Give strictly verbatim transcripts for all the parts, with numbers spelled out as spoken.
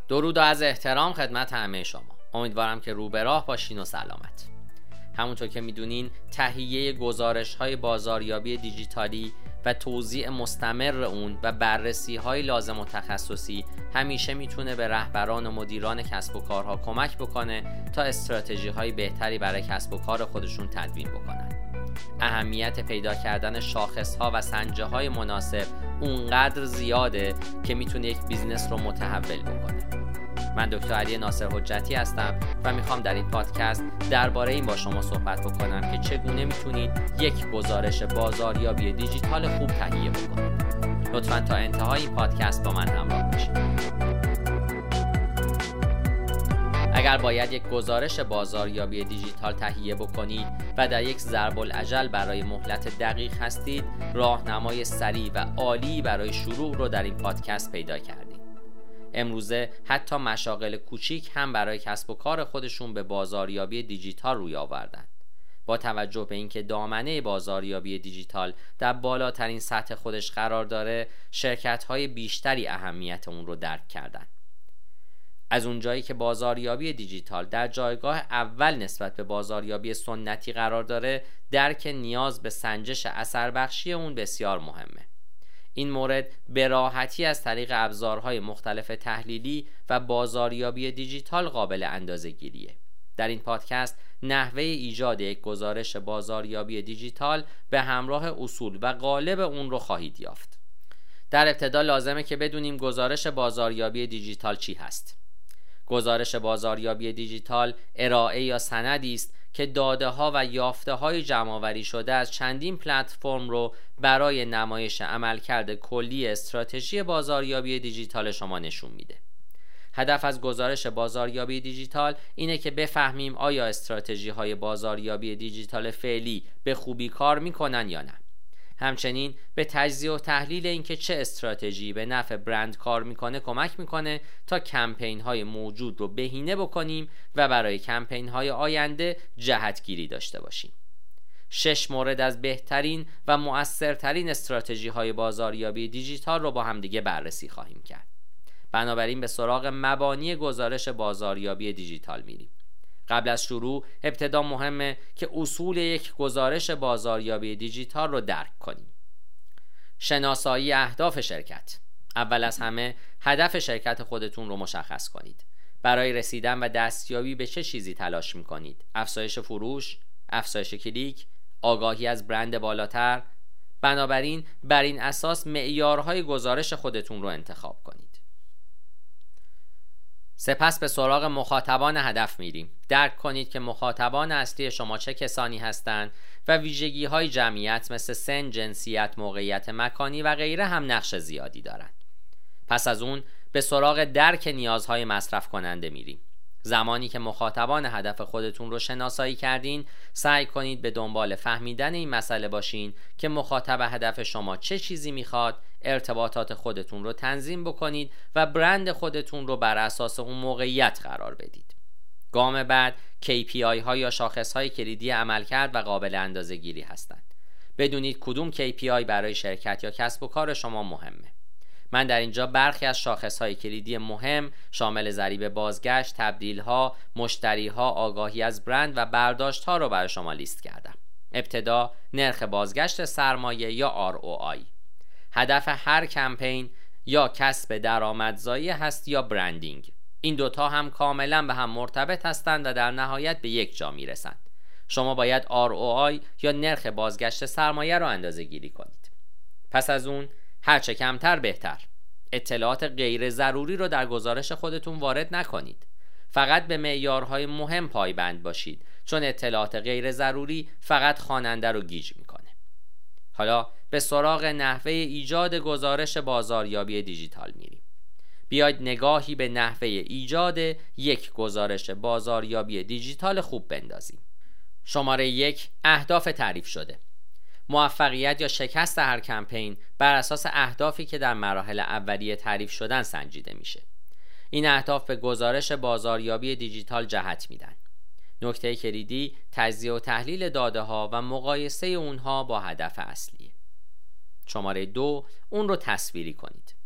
درود و از احترام خدمت همه شما. امیدوارم که رو به راه باشین و سلامت. همونطور که میدونین تهیه گزارش‌های بازاریابی دیجیتالی و توزیع مستمر اون و بررسی‌های لازم و تخصصی همیشه میتونه به رهبران و مدیران کسب و کارها کمک بکنه تا استراتژی‌های بهتری برای کسب و کار خودشون تدوین بکنن. اهمیت پیدا کردن شاخص‌ها و سنجه‌های مناسب اونقدر زیاده که میتونه یک بیزنس رو متحول بکنه. من دکتر علی ناصر حجتی هستم و میخوام در این پادکست درباره این با شما صحبت بکنم که چگونه میتونید یک گزارش بازاریابی دیجیتال خوب تهیه بکنید. لطفاً تا انتهای این پادکست با من همراه باشید. اگر باید یک گزارش بازاریابی دیجیتال تهیه بکنید و در یک ضرب الاجل برای مهلت دقیق هستید، راهنمای سریع و عالی برای شروع رو در این پادکست پیدا کردید. امروزه حتی مشاغل کوچیک هم برای کسب و کار خودشون به بازاریابی دیجیتال روی آوردن. با توجه به اینکه دامنه بازاریابی دیجیتال در بالاترین سطح خودش قرار داره، شرکت‌های بیشتری اهمیت اون رو درک کردن. از اونجایی که بازاریابی دیجیتال در جایگاه اول نسبت به بازاریابی سنتی قرار داره، درک نیاز به سنجش اثر بخشی اون بسیار مهمه. این مورد به راحتی از طریق ابزارهای مختلف تحلیلی و بازاریابی دیجیتال قابل اندازه‌گیریه. در این پادکست نحوه ایجاد یک گزارش بازاریابی دیجیتال به همراه اصول و قالب اون رو خواهید یافت. در ابتدا لازمه که بدونیم گزارش بازاریابی دیجیتال چی هست. گزارش بازاریابی دیجیتال ارائه یا سندی است که داده ها و یافته های جمع‌آوری شده از چندین پلتفرم رو برای نمایش عملکرد کلی استراتژی بازاریابی دیجیتال شما نشون میده. هدف از گزارش بازاریابی دیجیتال اینه که بفهمیم آیا استراتژی های بازاریابی دیجیتال فعلی به خوبی کار میکنن یا نه. همچنین به تجزیه و تحلیل اینکه چه استراتژی به نفع برند کار میکنه کمک میکنه تا کمپین های موجود رو بهینه بکنیم و برای کمپین های آینده جهتگیری داشته باشیم. شش مورد از بهترین و مؤثرترین استراتژی های بازاریابی دیجیتال رو با هم دیگه بررسی خواهیم کرد. بنابراین به سراغ مبانی گزارش بازاریابی دیجیتال میریم. قبل از شروع ابتدا مهمه که اصول یک گزارش بازاریابی دیجیتال رو درک کنیم. شناسایی اهداف شرکت. اول از همه هدف شرکت خودتون رو مشخص کنید. برای رسیدن و دستیابی به چه چیزی تلاش میکنید؟ افزایش فروش، افزایش کلیک، آگاهی از برند بالاتر. بنابراین بر این اساس معیارهای گزارش خودتون رو انتخاب کنید. سپس به سراغ مخاطبان هدف میریم. درک کنید که مخاطبان اصلی شما چه کسانی هستند و ویژگی های جمعیت مثل سن، جنسیت، موقعیت مکانی و غیره هم نقش زیادی دارند. پس از اون به سراغ درک نیازهای مصرف کننده میریم. زمانی که مخاطبان هدف خودتون رو شناسایی کردین، سعی کنید به دنبال فهمیدن این مسئله باشین که مخاطب هدف شما چه چیزی میخواد، ارتباطات خودتون رو تنظیم بکنید و برند خودتون رو بر اساس اون موقعیت قرار بدید. گام بعد کی پی آی ها یا شاخص های کلیدی عملکرد و قابل اندازه‌گیری هستند. بدونید کدوم کی پی آی برای شرکت یا کسب و کار شما مهمه. من در اینجا برخی از شاخص‌های کلیدی مهم شامل ضریب بازگشت، تبدیل‌ها، مشتری‌ها، آگاهی از برند و برداشت‌ها رو برای شما لیست کردم. ابتدا نرخ بازگشت سرمایه یا آر او آی. هدف هر کمپین یا کسب درآمدزایی هست یا برندینگ. این دوتا هم کاملا به هم مرتبط هستند و در نهایت به یک جا میرسند. شما باید آر او آی یا نرخ بازگشت سرمایه رو اندازه‌گیری کنید. پس از اون هرچه کمتر بهتر. اطلاعات غیر ضروری رو در گزارش خودتون وارد نکنید. فقط به معیارهای مهم پایبند باشید، چون اطلاعات غیر ضروری فقط خواننده رو گیج میکنه. حالا به سراغ نحوه ایجاد گزارش بازاریابی دیجیتال میریم. بیاید نگاهی به نحوه ایجاد یک گزارش بازاریابی دیجیتال خوب بندازیم. شماره یک، اهداف تعریف شده. موفقیت یا شکست هر کمپین بر اساس اهدافی که در مراحل اولیه تعریف شدن سنجیده میشه. این اهداف به گزارش بازاریابی دیجیتال جهت میدن. نکته کلیدی تجزیه و تحلیل داده ها و مقایسه اونها با هدف اصلی. شماره دو، اون رو تصویری کنید.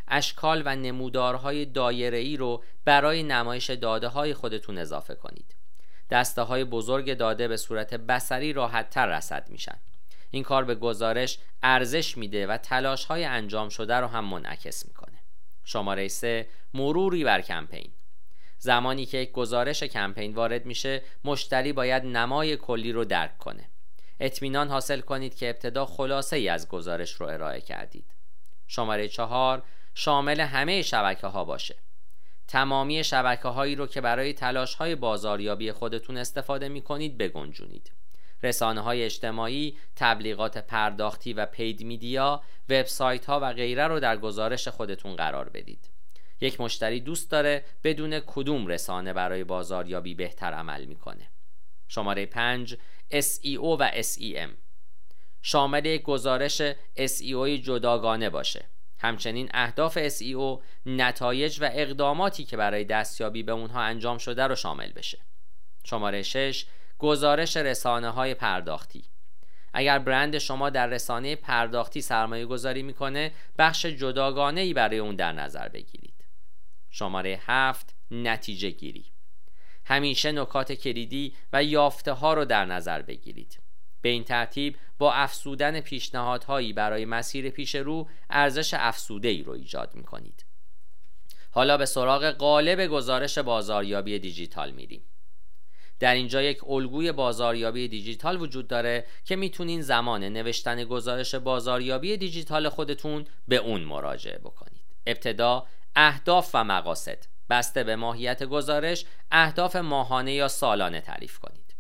اشکال و نمودارهای دایره‌ای رو برای نمایش داده‌های خودتون اضافه کنید. دسته‌های بزرگ داده به صورت بصری راحت‌تر رصد میشن. این کار به گزارش ارزش میده و تلاش‌های انجام شده رو هم منعکس میکنه. شماره سه، مروری بر کمپین. زمانی که یک گزارش کمپین وارد میشه، مشتری باید نمای کلی رو درک کنه. اطمینان حاصل کنید که ابتدا خلاصه ای از گزارش رو ارائه کردید. شماره چهار، شامل همه شبکه ها باشه. تمامی شبکه هایی رو که برای تلاش های بازاریابی خودتون استفاده می کنید بگنجونید. رسانه های اجتماعی، تبلیغات پرداختی و پید میدیا، وبسایت ها و غیره رو در گزارش خودتون قرار بدید. یک مشتری دوست داره بدون کدوم رسانه برای بازاریابی بهتر عمل میکنه. شماره پنج، اس ای او و اس ای ام. شامل یک گزارش اس ای او جداگانه باشه. همچنین اهداف اس ای او، نتایج و اقداماتی که برای دستیابی به اونها انجام شده رو شامل بشه. شماره شش، گزارش رسانه های پرداختی. اگر برند شما در رسانه پرداختی سرمایه گذاری میکنه، بخش جداگانه ای برای اون در نظر بگیرید. شماره هفت، نتیجه گیری. همیشه نکات کلیدی و یافته ها رو در نظر بگیرید. به این ترتیب با افزودن پیشنهادهایی برای مسیر پیش رو، ارزش افزوده ای رو ایجاد می کنید. حالا به سراغ قالب گزارش بازاریابی دیجیتال میریم. در اینجا یک الگوی بازاریابی دیجیتال وجود داره که میتونین زمان نوشتن گزارش بازاریابی دیجیتال خودتون به اون مراجعه بکنید. ابتدا اهداف و مقاصد. بسته به ماهیت گزارش، اهداف ماهانه یا سالانه تعریف کنید.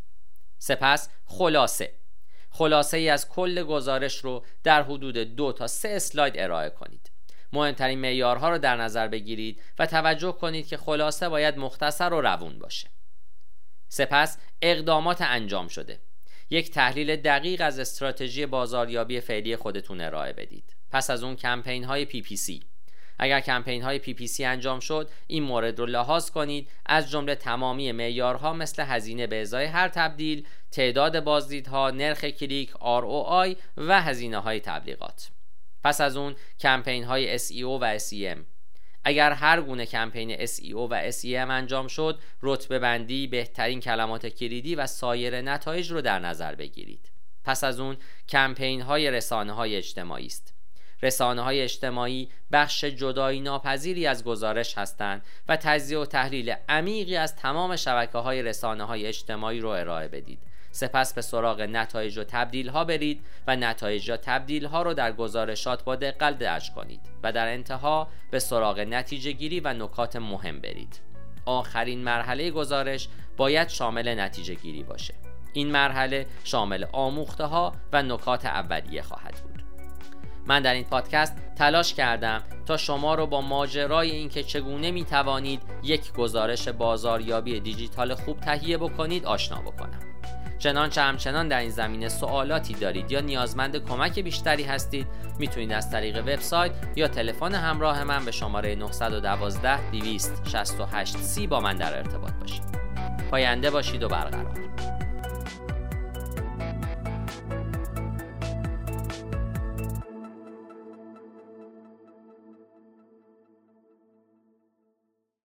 سپس خلاصه. خلاصه ای از کل گزارش رو در حدود دو تا سه اسلاید ارائه کنید. مهمترین معیارها رو در نظر بگیرید و توجه کنید که خلاصه باید مختصر و روون باشه. سپس اقدامات انجام شده. یک تحلیل دقیق از استراتژی بازاریابی فعلی خودتون ارائه بدید. پس از اون کمپین های پی پی سی. اگر کمپین های پی پی سی انجام شد، این مورد رو لحاظ کنید، از جمله تمامی معیارها مثل هزینه به ازای هر تبدیل، تعداد بازدیدها، نرخ کلیک، آر او آی و هزینه های تبلیغات. پس از اون کمپین های اس ای او و اس ای ام. اگر هر گونه کمپین اس ای او و اس ای ام انجام شد، رتبه بندی، بهترین کلمات کلیدی و سایر نتایج رو در نظر بگیرید. پس از اون کمپین های رسانه های اجتماعی است. رسانه های اجتماعی بخش جدایی ناپذیری از گزارش هستند و تجزیه و تحلیل عمیقی از تمام شبکه های رسانه های اجتماعی رو ارائه بدید. سپس به سراغ نتایج و تبدیل ها برید و نتایج و تبدیل ها رو در گزارشات با دقت درج کنید و در انتها به سراغ نتیجه گیری و نکات مهم برید. آخرین مرحله گزارش باید شامل نتیجه گیری باشه. این مرحله شامل آموخته ها و نکات اولیه خواهد بود. من در این پادکست تلاش کردم تا شما رو با ماجرای اینکه چگونه می توانید یک گزارش بازاریابی دیجیتال خوب تهیه بکنید آشنا بکنم. چنانچه همچنان در این زمینه سوالاتی دارید یا نیازمند کمک بیشتری هستید، میتونید از طریق وبسایت یا تلفن همراه من به شماره نه یک دو دویست شصت و هشت سی با من در ارتباط باشید. پاینده باشید و برقرار.